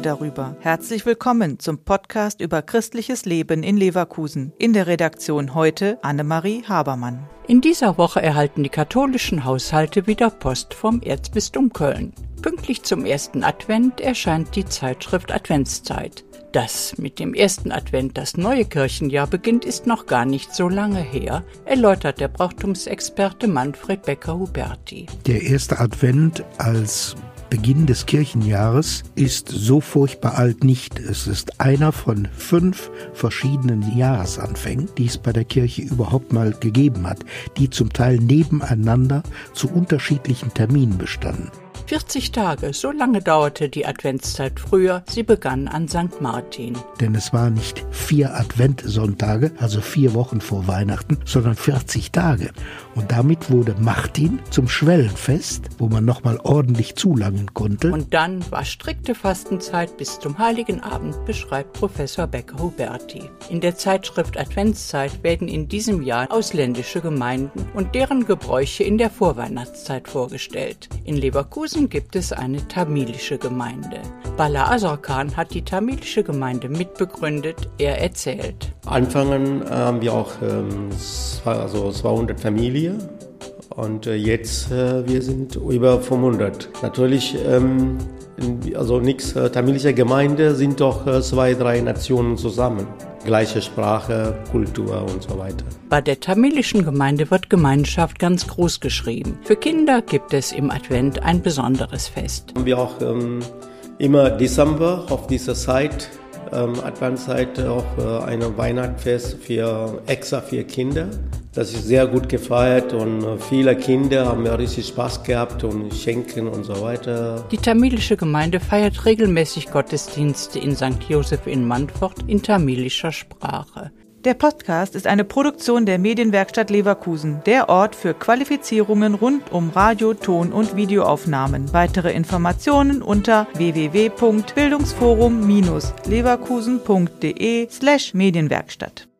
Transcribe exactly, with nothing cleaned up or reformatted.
darüber. Herzlich willkommen zum Podcast über christliches Leben in Leverkusen. In der Redaktion heute Annemarie Habermann. In dieser Woche erhalten die katholischen Haushalte wieder Post vom Erzbistum Köln. Pünktlich zum ersten Advent erscheint die Zeitschrift Adventszeit. Dass mit dem ersten Advent das neue Kirchenjahr beginnt, ist noch gar nicht so lange her, erläutert der Brauchtumsexperte Manfred Becker-Huberti. Der erste Advent als Beginn des Kirchenjahres ist so furchtbar alt nicht. Es ist einer von fünf verschiedenen Jahresanfängen, die es bei der Kirche überhaupt mal gegeben hat, die zum Teil nebeneinander zu unterschiedlichen Terminen bestanden. vierzig Tage, so lange dauerte die Adventszeit früher, sie begann an Sankt Martin. Denn es waren nicht vier Adventsonntage, also vier Wochen vor Weihnachten, sondern vierzig Tage. Und damit wurde Martin zum Schwellenfest, wo man nochmal ordentlich zulangen konnte. Und dann war strikte Fastenzeit bis zum Heiligen Abend, beschreibt Professor Becker-Huberti. In der Zeitschrift Adventszeit werden in diesem Jahr ausländische Gemeinden und deren Gebräuche in der Vorweihnachtszeit vorgestellt. In Leverkusen gibt es eine tamilische Gemeinde. Bala Azarkan hat die tamilische Gemeinde mitbegründet. Er erzählt. Anfangen haben wir auch ähm, also zweihundert Familien und äh, jetzt äh, wir sind über fünfhundert. Natürlich, ähm, also nichts äh, tamilische Gemeinde sind doch äh, zwei, drei Nationen zusammen. Gleiche Sprache, Kultur und so weiter. Bei der tamilischen Gemeinde wird Gemeinschaft ganz groß geschrieben. Für Kinder gibt es im Advent ein besonderes Fest. Haben wir auch ähm, immer Dezember auf dieser Zeit, ähm, Adventszeit, auch äh, ein Weihnachtsfest für extra für Kinder. Das ist sehr gut gefeiert und äh, viele Kinder haben ja richtig Spaß gehabt und schenken und so weiter. Die tamilische Gemeinde feiert regelmäßig Gottesdienste in Sankt Josef in Mantfort in tamilischer Sprache. Der Podcast ist eine Produktion der Medienwerkstatt Leverkusen, der Ort für Qualifizierungen rund um Radio-, Ton- und Videoaufnahmen. Weitere Informationen unter w w w punkt bildungsforum Bindestrich leverkusen punkt de slash Medienwerkstatt.